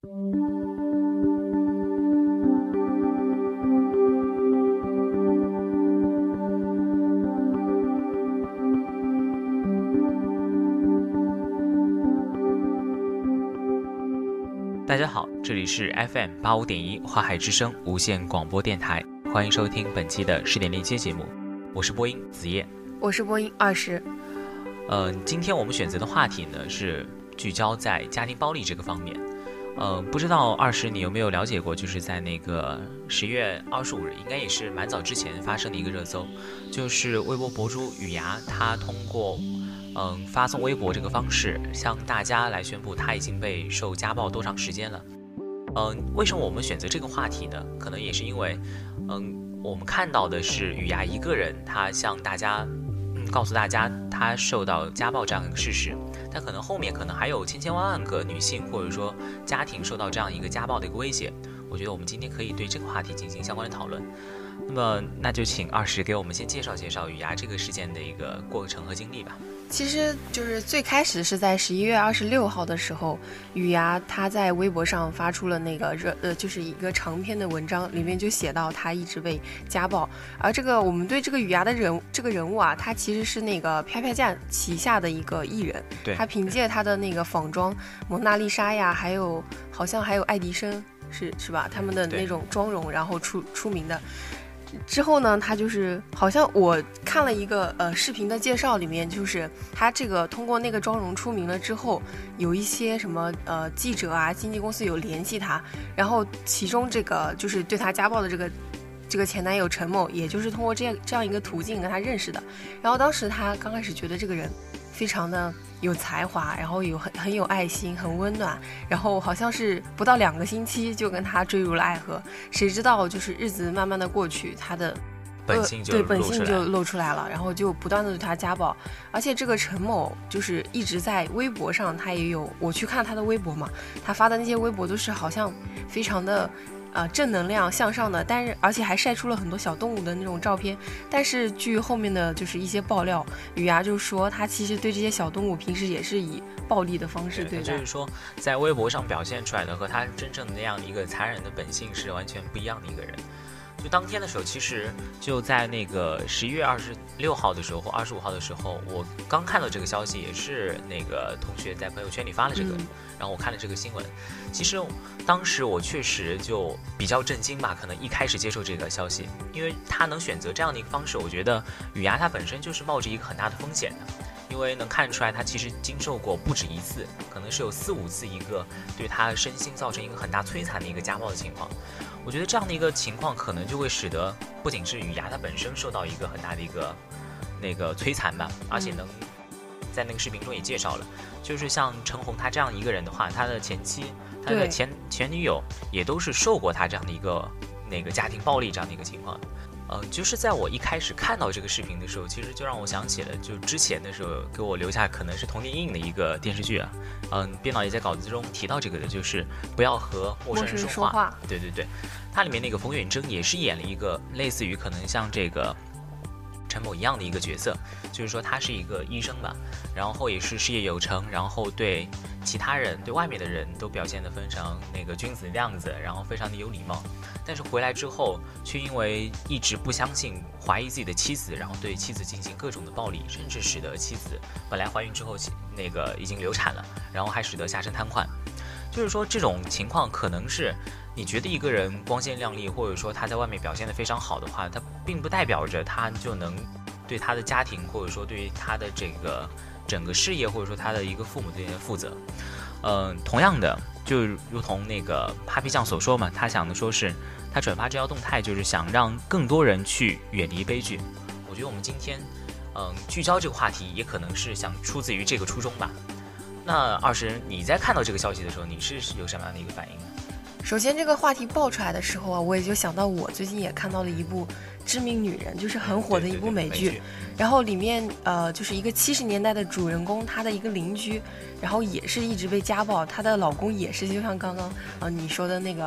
大家好，这里是 FM85.1华海之声无线广播电台，欢迎收听本期的10点链接节目，我是播音子夜， 我是播音20。 今天我们选择的话题呢是聚焦在家庭暴力这个方面。不知道20你有没有了解过，就是在那个10月25日，应该也是蛮早之前发生的一个热搜，就是微博博主雨芽，他通过发送微博这个方式向大家来宣布他已经被受家暴多长时间了。为什么我们选择这个话题呢？可能也是因为我们看到的是雨芽一个人，他向大家告诉大家他受到家暴这样一个事实，但可能后面可能还有千千万万个女性或者说家庭受到这样一个家暴的一个威胁。我觉得我们今天可以对这个话题进行相关的讨论。那就请20给我们先介绍介绍雨芽这个事件的一个过程和经历吧。 其实就是最开始是在11月26号的时候，雨芽她在微博上发出了那个就是一个长篇的文章，里面就写到她一直被家暴。而我们对这个雨芽的这个人物啊，她其实是那个啪啪酱旗下的一个艺人， 对， 她凭借她的那个仿妆蒙娜丽莎呀，好像还有爱迪生是吧？他们的那种妆容，然后出名的。之后呢，他就是好像我看了一个视频的介绍，里面就是他这个通过那个妆容出名了之后，有一些什么记者啊、经纪公司有联系他，然后其中这个就是对他家暴的这个前男友陈某，也就是通过这样一个途径跟他认识的。然后当时他刚开始觉得这个人非常的有才华，然后很有爱心，很温暖，然后好像是不到2个星期就跟他坠入了爱河。谁知道就是日子慢慢的过去，他的本性就露出来了，然后就不断的对他家暴。而且这个陈某就是一直在微博上，他也有，我去看他的微博嘛，他发的那些微博都是好像非常的正能量向上的，但是而且还晒出了很多小动物的那种照片。但是据后面的就是一些爆料，雨芽就说他其实对这些小动物平时也是以暴力的方式对待， 就是说在微博上表现出来的和他真正的那样的一个残忍的本性是完全不一样的一个人。就当天的时候，其实就在那个11月26号的时候或25号的时候，我刚看到这个消息，也是那个同学在朋友圈里发了这个，然后我看了这个新闻。其实当时我确实就比较震惊吧，可能一开始接受这个消息，因为他能选择这样的一个方式，我觉得雨芽他本身就是冒着一个很大的风险的，因为能看出来他其实经受过不止一次，可能是有4、5次一个对他身心造成一个很大摧残的一个家暴的情况。我觉得这样的一个情况可能就会使得不仅是雨芽她本身受到一个很大的一个那个摧残吧，而且能在那个视频中也介绍了，就是像陈红她这样一个人的话，她的前妻、她的前女友也都是受过她这样的一个那个家庭暴力这样的一个情况。就是在我一开始看到这个视频的时候，其实就让我想起了就之前的时候给我留下可能是童年阴影的一个电视剧啊。编导也在稿子中提到这个的，就是不要和陌生人说话。对，它里面那个冯远征也是演了一个类似于可能像这个陈某一样的一个角色，就是说他是一个医生吧，然后也是事业有成，然后对其他人对外面的人都表现得非常那个君子的样子，然后非常的有礼貌。但是回来之后却因为一直不相信，怀疑自己的妻子，然后对妻子进行各种的暴力，甚至使得妻子本来怀孕之后那个已经流产了，然后还使得下身瘫痪。就是说这种情况可能是你觉得一个人光鲜亮丽，或者说他在外面表现得非常好的话，他并不代表着他就能对他的家庭，或者说对他的这个整个事业，或者说他的一个父母对他负责。同样的，就如同那个 Papi 酱所说嘛，他想的说是他转发这条动态，就是想让更多人去远离悲剧。我觉得我们今天聚焦这个话题，也可能是想出自于这个初衷吧。那20你在看到这个消息的时候，你是有什么样的一个反应呢？ 首先这个话题爆出来的时候啊，我也就想到我最近也看到了一部知名女人，就是很火的一部美剧，然后里面就是一个70年代的主人公，她的一个邻居，然后也是一直被家暴，她的老公也是就像刚刚你说的那个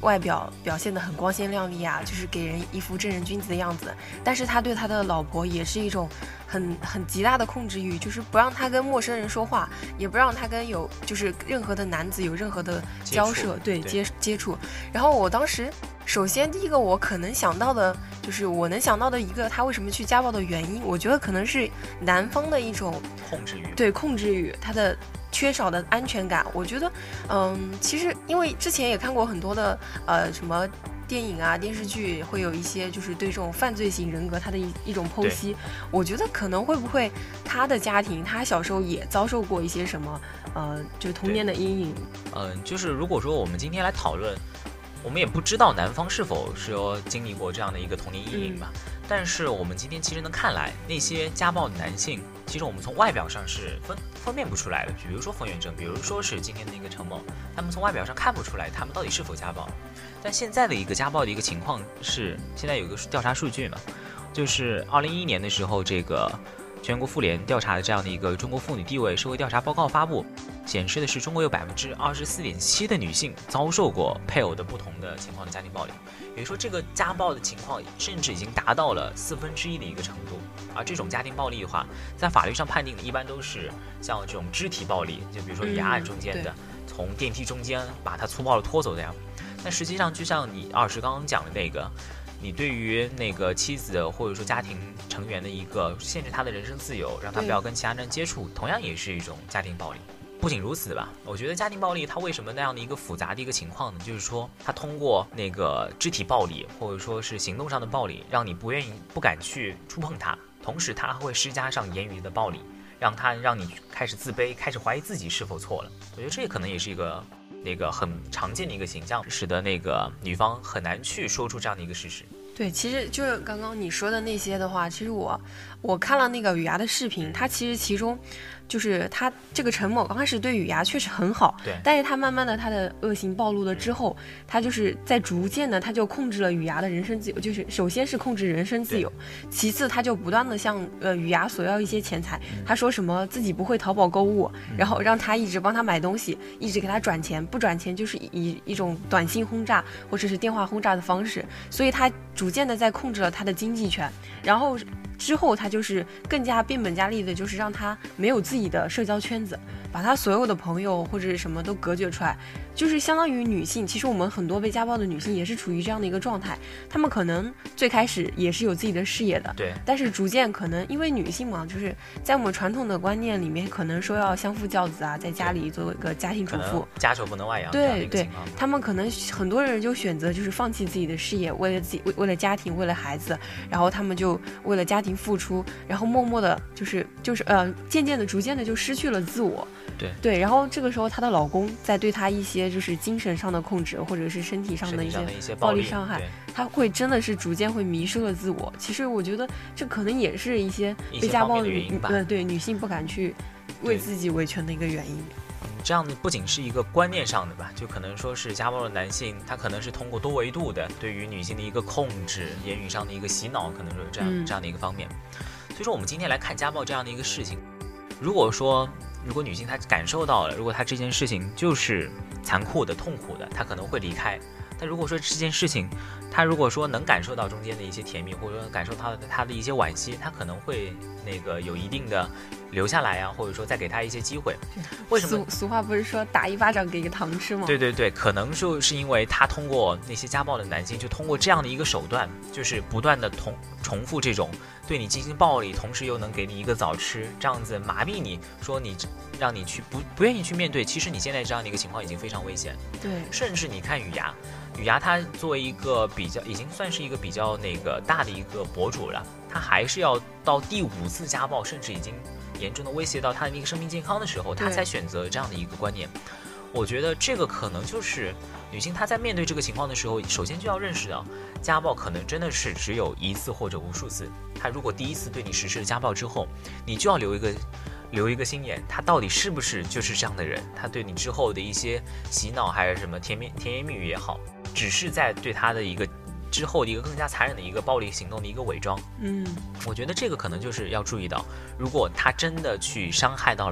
外表表现得很光鲜亮丽啊，就是给人一副正人君子的样子，但是他对他的老婆也是一种很极大的控制欲，就是不让他跟陌生人说话，也不让他跟就是任何的男子有任何的交涉，对接触。然后我当时首先第一个我可能想到的就是我能想到的一个他为什么去家暴的原因，我觉得可能是男方的一种控制欲， 对控制欲，他的缺少的安全感。我觉得其实因为之前也看过很多的什么电影啊电视剧，会有一些就是对这种犯罪型人格他的一种剖析，我觉得可能会不会他的家庭他小时候也遭受过一些什么就是童年的阴影。 就是如果说我们今天来讨论，我们也不知道男方是否是说经历过这样的一个童年阴影吧，但是我们今天其实能看来，那些家暴的男性，其实我们从外表上是分辨不出来的。比如说冯远征，比如说是今天的一个陈某，他们从外表上看不出来他们到底是否家暴。但现在的一个家暴的一个情况是，现在有一个调查数据嘛，就是2011年的时候，这个全国妇联调查的这样的一个中国妇女地位社会调查报告发布，显示的是中国有24.7%的女性遭受过配偶的不同的情况的家庭暴力，也就是说这个家暴的情况甚至已经达到了1/4的一个程度。而这种家庭暴力的话，在法律上判定的一般都是像这种肢体暴力，就比如说雨牙案中间的，从电梯中间把他粗暴的拖走这样。但实际上就像你老师刚刚讲的那个，你对于那个妻子或者说家庭成员的一个限制他的人身自由，让他不要跟其他人接触，同样也是一种家庭暴力。不仅如此吧，我觉得家庭暴力它为什么那样的一个复杂的一个情况呢？就是说它通过那个肢体暴力或者说是行动上的暴力，让你不敢去触碰它，同时它还会施加上言语的暴力，让你开始自卑，开始怀疑自己是否错了。我觉得这可能也是一个很常见的一个形象，使得那个女方很难去说出这样的一个事实。 对，其实就是刚刚你说的那些的话，其实我看了那个雨牙的视频，他其实其中就是他这个陈某刚开始对雨牙确实很好， 对， 但是他慢慢的他的恶行暴露了之后，他就是在逐渐的他就控制了雨牙的人身自由，就是首先是控制人身自由，其次他就不断的向雨牙索要一些钱财，他说什么自己不会淘宝购物，然后让他一直帮他买东西，一直给他转钱，不转钱就是以一种短信轰炸或者是电话轰炸的方式，所以他逐渐的在控制了他的经济权，然后之后他就是更加变本加厉的，就是让他没有自己的社交圈子，把他所有的朋友或者什么都隔绝出来，就是相当于女性，其实我们很多被家暴的女性也是处于这样的一个状态，她们可能最开始也是有自己的事业的， 对， 但是逐渐可能因为女性嘛，就是在我们传统的观念里面，可能说要相夫教子啊，在家里做一个家庭主妇， 家丑不能外扬， 对对，他们可能很多人就选择就是放弃自己的事业，为了家庭，为了孩子，然后他们就为了家庭付出，然后默默的渐渐的逐渐的就失去了自我，对，然后这个时候她的老公在对她一些就是精神上的控制或者是身体上的一些暴力伤害，她会真的是逐渐会迷失了自我。其实我觉得这可能也是一些被家暴的女性不敢去为自己维权的一个原因。 这样的不仅是一个观念上的吧，就可能说是家暴的男性，他可能是通过多维度的对于女性的一个控制，言语上的一个洗脑，可能是这样的一个方面。所以说我们今天来看家暴这样的一个事情，如果女性她感受到了，如果她这件事情就是残酷的、痛苦的，她可能会离开。但如果说这件事情，她如果说能感受到中间的一些甜蜜，或者说感受到她的一些惋惜，她可能会有一定的留下来啊，或者说再给她一些机会。为什么俗话不是说打一巴掌给个糖吃吗？ 对对对，可能就是因为她通过那些家暴的男性，就通过这样的一个手段，就是不断的重复这种对你进行暴力，同时又能给你一个早吃，这样子麻痹你，说让你去不愿意去面对。其实你现在这样的一个情况已经非常危险。 对， 甚至你看雨牙，她作为一个已经算是一个比较大的一个博主了，她还是要到第5次家暴，甚至已经严重的威胁到她的一个生命健康的时候，她才选择这样的一个观念。我觉得这个可能就是女性她在面对这个情况的时候，首先就要认识到，家暴可能真的是只有1次或者无数次。她如果第1次对你实施了家暴之后，你就要留一个心眼，他到底是不是就是这样的人？他对你之后的一些洗脑还是什么甜言蜜语也好，只是在对他的一个之后的一个更加残忍的一个暴力行动的一个伪装。我觉得这个可能就是要注意到，如果他真的去伤害到了你，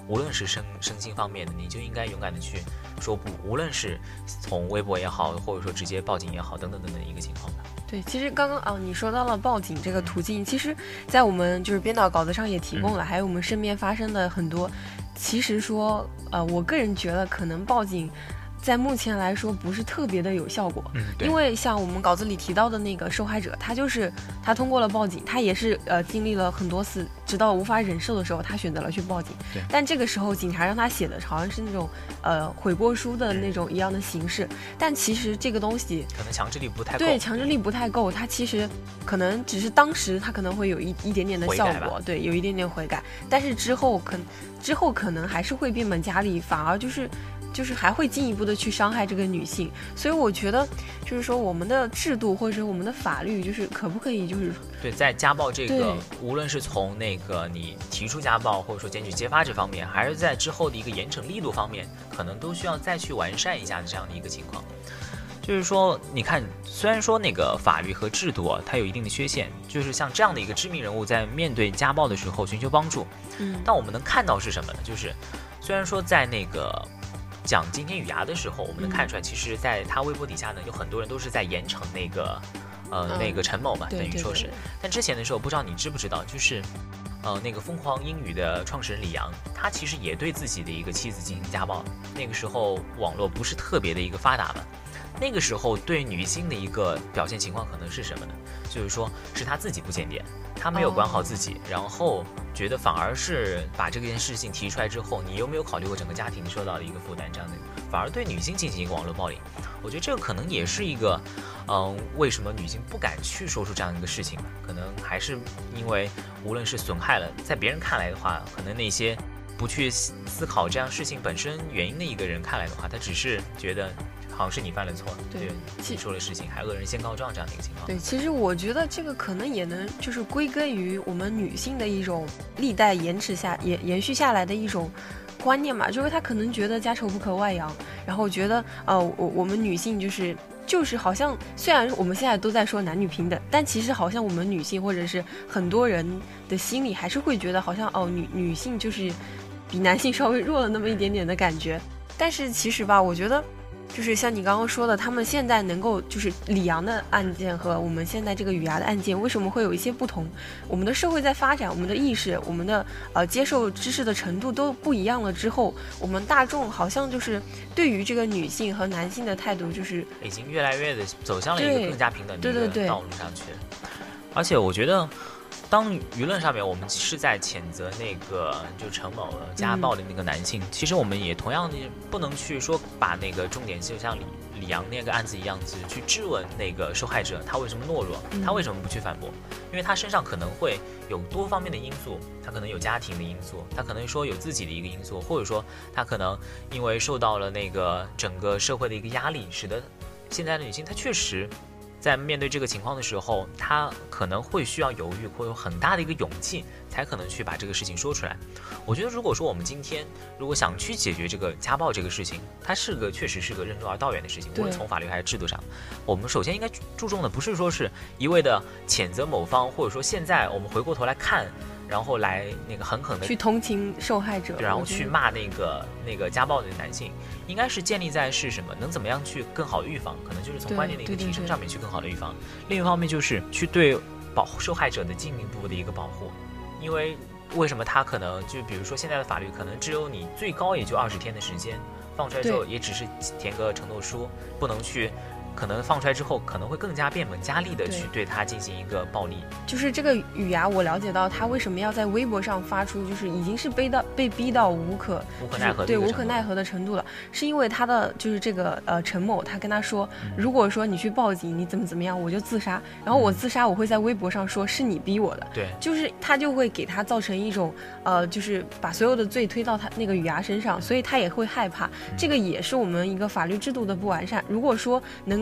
无论是身心方面的，你就应该勇敢的去说不，无论是从微博也好，或者说直接报警也好，等等等等一个情况吧。 对，其实刚刚你说到了报警这个途径，其实在我们就是编导稿子上也提供了，还有我们身边发生的很多，其实说我个人觉得可能报警在目前来说不是特别的有效果，因为像我们稿子里提到的那个受害者，他通过了报警，他也是经历了很多次，直到无法忍受的时候，他选择了去报警。但这个时候警察让他写的好像是那种悔过书的那种一样的形式，但其实这个东西可能强制力不太够， 对，强制力不太够，他其实可能只是当时他可能会有一点点的效果，对，有一点点悔改，但是之后可能还是会变本加厉，反而就是还会进一步的去伤害这个女性。所以我觉得就是说我们的制度或者是我们的法律就是可不可以就是对，在家暴这个无论是从那个你提出家暴或者说检举揭发这方面，还是在之后的一个严惩力度方面，可能都需要再去完善一下这样的一个情况。就是说你看，虽然说那个法律和制度它有一定的缺陷，就是像这样的一个知名人物在面对家暴的时候寻求帮助，但我们能看到是什么呢？就是虽然说在那个讲今天雨芽的时候，我们能看出来，其实在他微博底下呢，有很多人都是在严惩那个陈某嘛，等于说是。但之前的时候，不知道你知不知道，就是那个疯狂英语的创始人李阳，他其实也对自己的一个妻子进行家暴。那个时候网络不是特别的一个发达嘛，那个时候对女性的一个表现情况可能是什么呢？就是说是他自己不检点，他没有管好自己，然后觉得反而是把这件事情提出来之后，你有没有考虑过整个家庭受到的一个负担，这样的反而对女性进行一个网络暴力。我觉得这个可能也是一个为什么女性不敢去说出这样一个事情，可能还是因为无论是损害了，在别人看来的话，可能那些不去思考这样事情本身原因的一个人看来的话，他只是觉得好像是你犯了错，对，你说了事情还恶人先告状这样的一个情况。 对，其实我觉得这个可能也能就是归根于我们女性的一种历代延续下来的一种观念嘛，就是她可能觉得家丑不可外扬，然后觉得我们女性就是好像虽然我们现在都在说男女平等，但其实好像我们女性或者是很多人的心里还是会觉得好像女性就是比男性稍微弱了那么一点点的感觉。但是其实吧，我觉得就是像你刚刚说的，他们现在能够就是李阳的案件和我们现在这个雨芽的案件为什么会有一些不同？我们的社会在发展，我们的意识，我们的接受知识的程度都不一样了之后，我们大众好像就是对于这个女性和男性的态度就是已经越来越的走向了一个更加平等的一个道路上去。而且我觉得当舆论上面我们是在谴责那个就陈某家暴的那个男性，其实我们也同样不能去说把那个重点就像李阳那个案子一样子去质问那个受害者他为什么懦弱，他为什么不去反驳，因为他身上可能会有多方面的因素，他可能有家庭的因素，他可能说有自己的一个因素，或者说他可能因为受到了那个整个社会的一个压力，使得现在的女性她确实在面对这个情况的时候，他可能会需要犹豫，或有很大的一个勇气，才可能去把这个事情说出来。我觉得，如果说我们今天如果想去解决这个家暴这个事情，它确实是个任重而道远的事情，无论从法律还是制度上，我们首先应该注重的不是说是一味的谴责某方，或者说现在我们回过头来看，然后来那个狠狠的去同情受害者， 然后去骂那个家暴的男性，应该是建立在是什么？能怎么样去更好的预防？可能就是从观念的一个提升上面去更好的预防。另一方面就是去对保护受害者的进一步的一个保护，因为为什么他可能就比如说现在的法律可能只有你最高也就20天的时间，放出来之后也只是填个承诺书，不能去。可能放出来之后，可能会更加变本加厉的去对他进行一个暴力。 就是这个雨芽，我了解到他为什么要在微博上发出，就是已经是被逼到无可奈何对无可奈何的程度了，是因为他的就是这个陈某，他跟他说，如果说你去报警，你怎么样，我就自杀，然后我自杀，我会在微博上说是你逼我的， 对， 就是他就会给他造成一种就是把所有的罪推到他那个雨芽身上，所以他也会害怕，这个也是我们一个法律制度的不完善。如果说能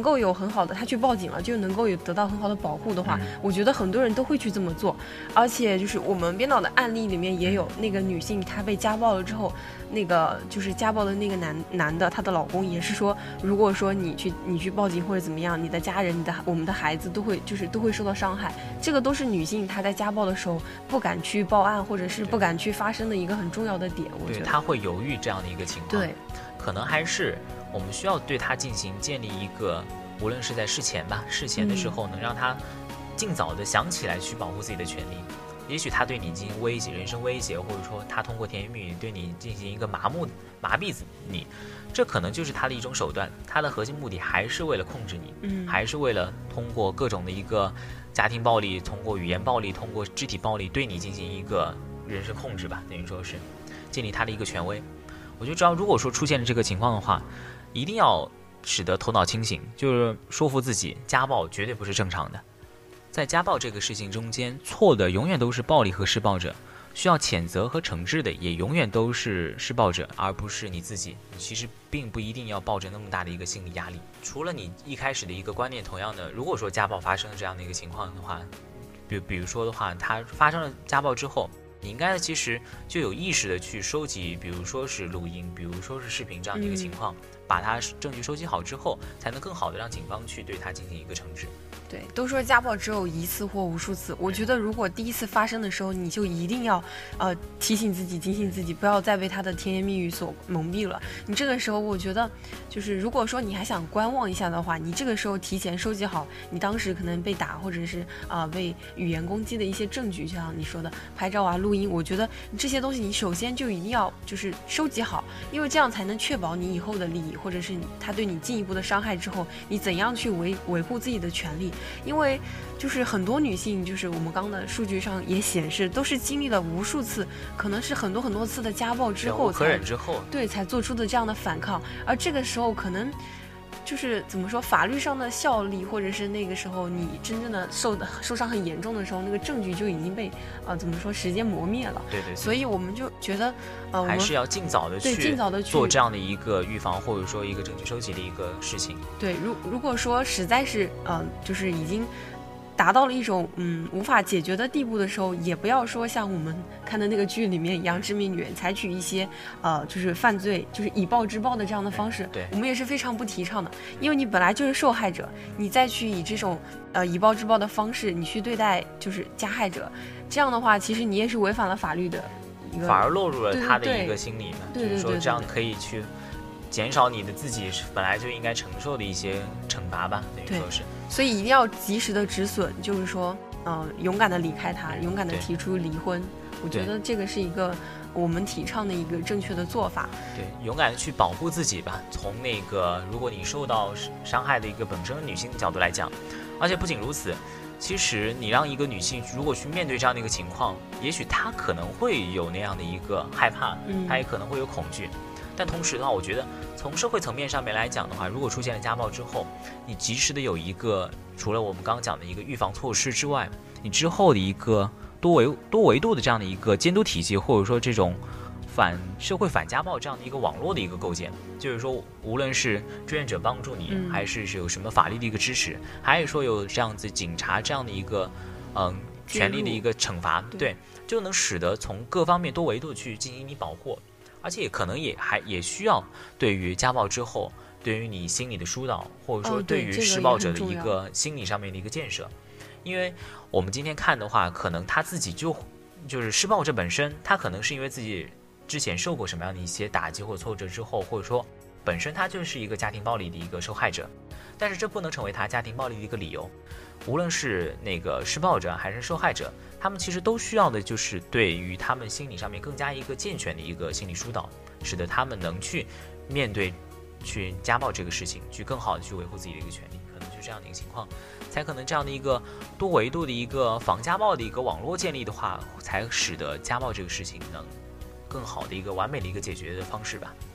能够有很好的，他去报警了就能够有得到很好的保护的话，我觉得很多人都会去这么做。而且就是我们编导的案例里面也有那个女性，她被家暴了之后，那个就是家暴的那个男的，她的老公也是说，如果说你去报警或者怎么样，你的家人、我们的孩子都会受到伤害。这个都是女性她在家暴的时候不敢去报案或者是不敢去发声的一个很重要的点。我觉得她会犹豫这样的一个情况。 对， 可能还是我们需要对她进行建立一个，无论是在事前的时候，能让她尽早的想起来去保护自己的权利。也许他对你进行威胁，人身威胁，或者说他通过甜言蜜语对你进行一个麻痹你，这可能就是他的一种手段。他的核心目的还是为了控制你，还是为了通过各种的一个家庭暴力，通过语言暴力，通过肢体暴力对你进行一个人身控制吧，等于说是建立他的一个权威。我就知道，如果说出现了这个情况的话，一定要使得头脑清醒，就是说服自己，家暴绝对不是正常的。在家暴这个事情中间，错的永远都是暴力和施暴者，需要谴责和惩治的也永远都是施暴者，而不是你自己。你其实并不一定要抱着那么大的一个心理压力。除了你一开始的一个观念，同样的，如果说家暴发生了这样的一个情况的话，比如说的话，它发生了家暴之后，你应该其实就有意识的去收集，比如说是录音，比如说是视频这样的一个情况，把它证据收集好之后，才能更好的让警方去对它进行一个惩治。 对，都说家暴只有一次或无数次，我觉得如果第一次发生的时候，你就一定要提醒自己、警醒自己，不要再被他的甜言蜜语所蒙蔽了。你这个时候，我觉得就是如果说你还想观望一下的话，你这个时候提前收集好你当时可能被打或者是被语言攻击的一些证据，就像你说的拍照啊、录音，我觉得这些东西你首先就一定要就是收集好，因为这样才能确保你以后的利益，或者是他对你进一步的伤害之后，你怎样去维护自己的权利。因为就是很多女性，就是我们刚刚的数据上也显示，都是经历了无数次，可能是很多次的家暴之后才做出的这样的反抗。而这个时候可能就是怎么说，法律上的效力，或者是那个时候你真正的受伤很严重的时候，那个证据就已经被怎么说时间磨灭了。 对， 所以我们就觉得还是要尽早的去做这样的一个预防，或者说一个证据收集的一个事情。 对，如果说实在是就是已经达到了一种无法解决的地步的时候，也不要说像我们看的那个剧里面一样致命女人，采取一些就是犯罪就是以暴制暴的这样的方式。 对， 我们也是非常不提倡的，因为你本来就是受害者，你再去以这种以暴制暴的方式你去对待就是加害者，这样的话其实你也是违反了法律的一个， 反而落入了他的一个心理嘛。就是说这样可以去减少你的自己本来就应该承受的一些惩罚吧，等于说是。 所以一定要及时的止损，就是说勇敢的离开他，勇敢的提出离婚。我觉得这个是一个我们提倡的一个正确的做法。 对，勇敢的去保护自己吧。从那个如果你受到伤害的一个本身的女性的角度来讲，而且不仅如此，其实你让一个女性如果去面对这样的一个情况，也许她可能会有那样的一个害怕，她也可能会有恐惧。但同时的话，我觉得从社会层面上面来讲的话，如果出现了家暴之后，你及时的有一个除了我们刚刚讲的一个预防措施之外，你之后的一个多维度的这样的一个监督体系，或者说这种社会反家暴这样的一个网络的一个构建，就是说无论是志愿者帮助你，还是有什么法律的一个支持，还是说有这样子警察这样的一个权利的一个惩罚，对，就能使得从各方面多维度去进行你保护。而且可能也需要对于家暴之后，对于你心理的疏导，或者说对于施暴者的一个心理上面的一个建设。因为我们今天看的话，可能他自己就是施暴者本身，他可能是因为自己之前受过什么样的一些打击或挫折之后，或者说本身他就是一个家庭暴力的一个受害者，但是这不能成为他家庭暴力的一个理由。无论是那个施暴者还是受害者，他们其实都需要的就是对于他们心理上面更加一个健全的一个心理疏导，使得他们能去面对去家暴这个事情，去更好的去维护自己的一个权利，可能就这样的一个情况，才可能这样的一个多维度的一个防家暴的一个网络建立的话，才使得家暴这个事情能更好的一个完美的一个解决的方式吧。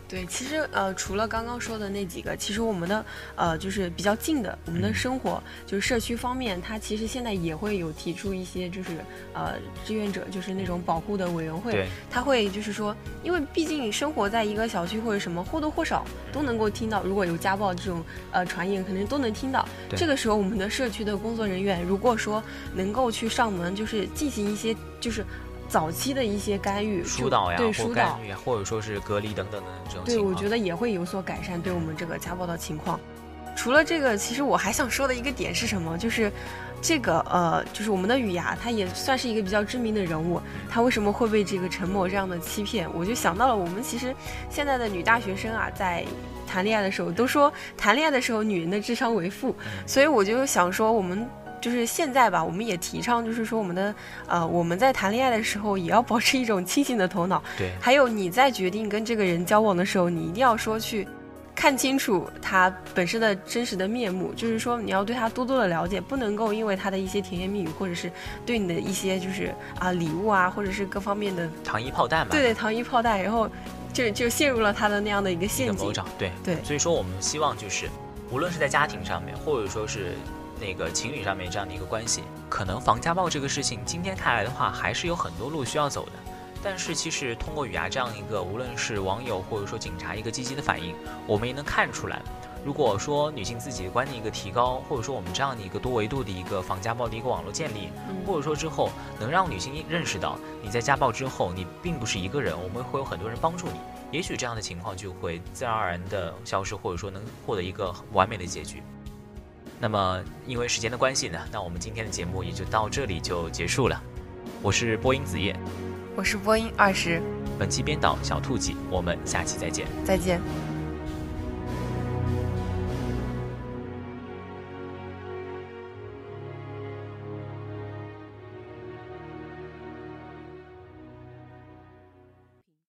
对，其实除了刚刚说的那几个，其实我们的就是比较近的，我们的生活、就是社区方面，它其实现在也会有提出一些就是志愿者，就是那种保护的委员会，他会就是说，因为毕竟生活在一个小区或者什么，或多或少都能够听到，如果有家暴这种传言，可能都能听到。这个时候，我们的社区的工作人员如果说能够去上门，就是进行一些就是早期的一些干预、 疏导呀， 对， 或干预，或者说是隔离等等的这种情况。 对，我觉得也会有所改善，对我们这个家暴的情况。除了这个，其实我还想说的一个点是什么？就是这个就是我们的雨芽，她也算是一个比较知名的人物，她为什么会被这个陈某这样的欺骗？我就想到了我们其实现在的女大学生啊，在谈恋爱的时候都说谈恋爱的时候女人的智商为负，所以我就想说我们。就是现在吧，我们也提倡，就是说我们在谈恋爱的时候也要保持一种清醒的头脑。 对。 还有你在决定跟这个人交往的时候，你一定要说去看清楚他本身的真实的面目，就是说你要对他多多的了解，不能够因为他的一些甜言蜜语，或者是对你的一些就是礼物啊，或者是各方面的糖衣炮弹嘛。 对，糖衣炮弹，然后就陷入了他的那样的一个陷阱。对。 所以说我们希望就是，无论是在家庭上面，或者说是那个情侣上面这样的一个关系，可能防家暴这个事情今天看来的话，还是有很多路需要走的。但是其实通过雨芽这样一个无论是网友或者说警察一个积极的反应，我们也能看出来，如果说女性自己的观念一个提高，或者说我们这样的一个多维度的一个防家暴的一个网络建立，或者说之后能让女性认识到你在家暴之后你并不是一个人，我们会有很多人帮助你，也许这样的情况就会自然而然的消失，或者说能获得一个完美的结局。那么因为时间的关系呢，那我们今天的节目也就到这里就结束了。我是播音子夜， 我是播音20， 本期编导小兔记，我们下期再见。 再见。